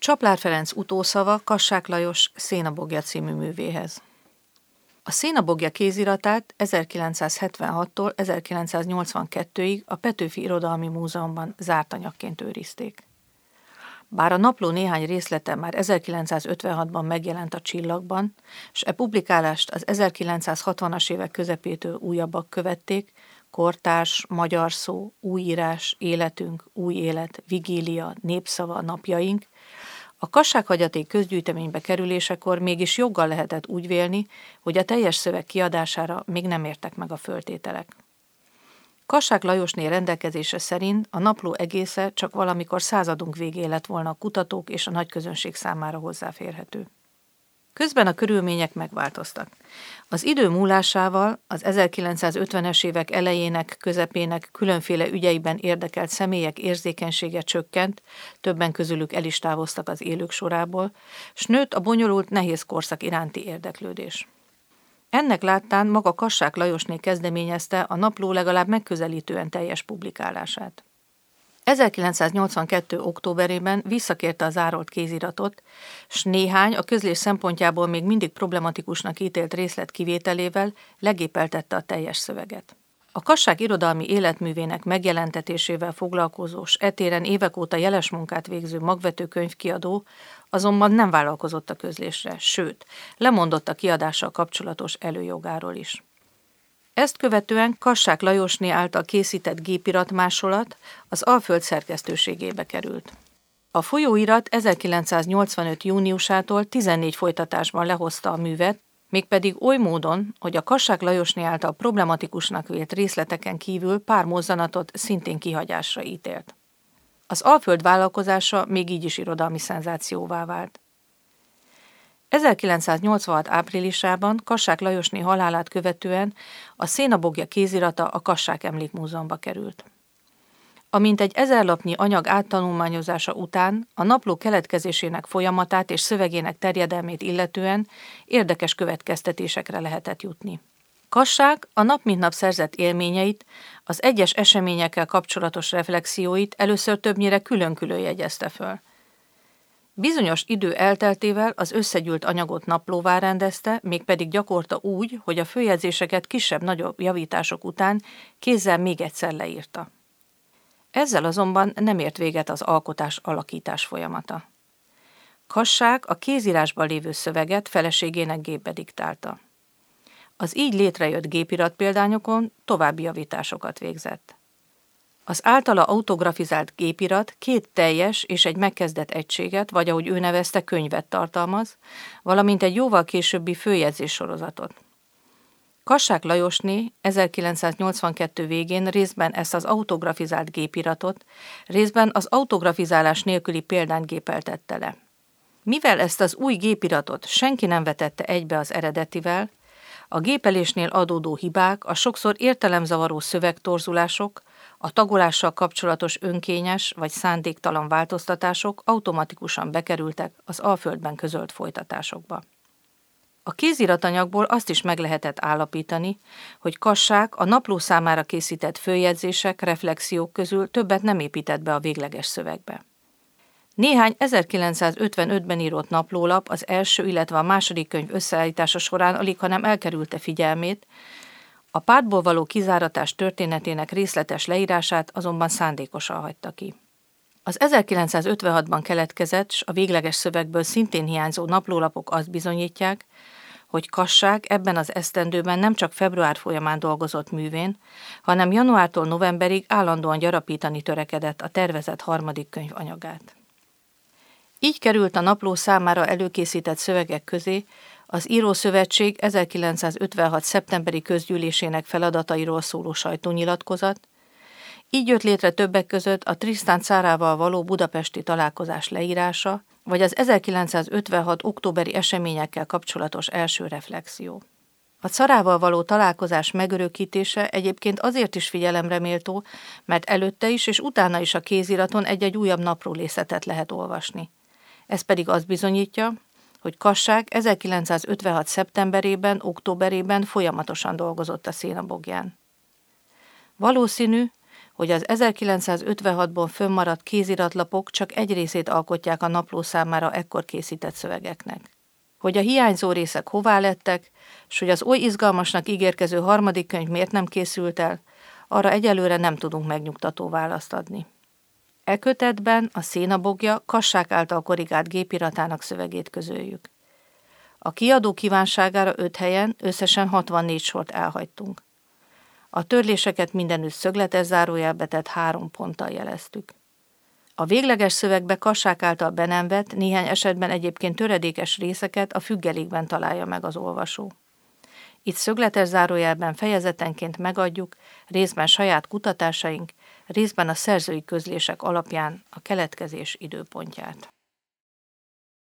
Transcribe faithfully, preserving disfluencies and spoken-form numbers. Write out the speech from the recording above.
Csaplár Ferenc utószava Kassák Lajos Szénabogja című művéhez. A Szénabogja kéziratát ezerkilencszázhetvenhattól ezerkilencszáznyolcvankettőig a Petőfi Irodalmi Múzeumban zárt anyagként őrizték. Bár a napló néhány részlete már ezerkilencszázötvenhatban megjelent a Csillagban, s e publikálást az ezerkilencszázhatvanas évek közepétől újabbak követték, Kortárs, Magyar szó, Újírás, Életünk, Új élet, Vigília, Népszava, Napjaink, a Kassák-hagyaték közgyűjteménybe kerülésekor mégis joggal lehetett úgy vélni, hogy a teljes szöveg kiadására még nem értek meg a föltételek. Kassák Lajosné rendelkezése szerint a napló egésze csak valamikor századunk végé lett volna a kutatók és a nagyközönség számára hozzáférhető. Közben a körülmények megváltoztak. Az idő múlásával az ezerkilencszázötvenes évek elejének, közepének különféle ügyeiben érdekelt személyek érzékenysége csökkent, többen közülük el is távoztak az élők sorából, s nőtt a bonyolult, nehéz korszak iránti érdeklődés. Ennek láttán maga Kassák Lajosné kezdeményezte a napló legalább megközelítően teljes publikálását. ezerkilencszáznyolcvankettő októberében visszakérte a zárolt kéziratot, s néhány a közlés szempontjából még mindig problematikusnak ítélt részlet kivételével legépeltette a teljes szöveget. A Kassák irodalmi életművének megjelentetésével foglalkozó s e téren évek óta jeles munkát végző magvető könyvkiadó azonban nem vállalkozott a közlésre, sőt, lemondott a kiadással kapcsolatos előjogáról is. Ezt követően Kassák Lajosné által készített gépiratmásolat az Alföld szerkesztőségébe került. A folyóirat ezerkilencszáznyolcvanöt júniusától tizennégy folytatásban lehozta a művet, mégpedig oly módon, hogy a Kassák Lajosné által problematikusnak vélt részleteken kívül pár mozzanatot szintén kihagyásra ítélt. Az Alföld vállalkozása még így is irodalmi szenzációvá vált. ezerkilencszáznyolcvanhat áprilisában Kassák Lajosné halálát követően a Szénabogja kézirata a Kassák Emlékmúzeumba került. Amint egy ezerlapnyi anyag áttanulmányozása után a napló keletkezésének folyamatát és szövegének terjedelmét illetően érdekes következtetésekre lehetett jutni. Kassák a nap mint nap szerzett élményeit, az egyes eseményekkel kapcsolatos reflexióit először többnyire külön-külön jegyezte föl. Bizonyos idő elteltével az összegyűlt anyagot naplóvá rendezte, mégpedig gyakorta úgy, hogy a főjegyzéseket kisebb-nagyobb javítások után kézzel még egyszer leírta. Ezzel azonban nem ért véget az alkotás-alakítás folyamata. Kassák a kézírásban lévő szöveget feleségének gépbe diktálta. Az így létrejött gépiratpéldányokon további javításokat végzett. Az általa autografizált gépirat két teljes és egy megkezdett egységet, vagy ahogy ő nevezte, könyvet tartalmaz, valamint egy jóval későbbi főjegyzés sorozatot. Kassák Lajosné ezerkilencszáznyolcvankettő végén részben ezt az autografizált gépiratot, részben az autografizálás nélküli példányt gépeltette le. Mivel ezt az új gépiratot senki nem vetette egybe az eredetivel, a gépelésnél adódó hibák, a sokszor értelemzavaró szövegtorzulások, a tagolással kapcsolatos önkényes vagy szándéktalan változtatások automatikusan bekerültek az Alföldben közölt folytatásokba. A kéziratanyagból azt is meg lehetett állapítani, hogy Kassák a napló számára készített főjegyzések, reflexiók közül többet nem épített be a végleges szövegbe. Néhány ezerkilencszázötvenötben írott naplólap az első, illetve a második könyv összeállítása során alighanem elkerülte figyelmét, a pártból való kizáratás történetének részletes leírását azonban szándékosan hagyta ki. Az ezerkilencszázötvenhatban keletkezett, s a végleges szövegből szintén hiányzó naplólapok azt bizonyítják, hogy Kassák ebben az esztendőben nem csak február folyamán dolgozott művén, hanem januártól novemberig állandóan gyarapítani törekedett a tervezett harmadik könyv anyagát. Így került a napló számára előkészített szövegek közé az Írószövetség ezerkilencszázötvenhat szeptemberi közgyűlésének feladatairól szóló sajtónyilatkozat, így jött létre többek között a Trisztán cárával való budapesti találkozás leírása, vagy az ezerkilencszázötvenhat októberi eseményekkel kapcsolatos első reflexió. A carával való találkozás megörökítése egyébként azért is figyelemre méltó, mert előtte is és utána is a kéziraton egy-egy újabb naprólészetet lehet olvasni. Ez pedig azt bizonyítja, hogy Kassák ezerkilencszázötvenhat szeptemberében, októberében folyamatosan dolgozott a Szénabogján. Valószínű, hogy az ezerkilencszázötvenhatból fönnmaradt kéziratlapok csak egy részét alkotják a napló számára ekkor készített szövegeknek. Hogy a hiányzó részek hová lettek, s hogy az oly izgalmasnak ígérkező harmadik könyv miért nem készült el, arra egyelőre nem tudunk megnyugtató választ adni. E kötetben a Szénabogja Kassák által korrigált gépiratának szövegét közöljük. A kiadó kívánságára öt helyen összesen hatvannégy sort elhagytunk. A törléseket mindenütt szögletes zárójelbe tett három ponttal jeleztük. A végleges szövegbe Kassák által be nem vett, néhány esetben egyébként töredékes részeket a függelékben találja meg az olvasó. Itt szögletes zárójelben fejezetenként megadjuk részben saját kutatásaink, részben a szerzői közlések alapján a keletkezés időpontját.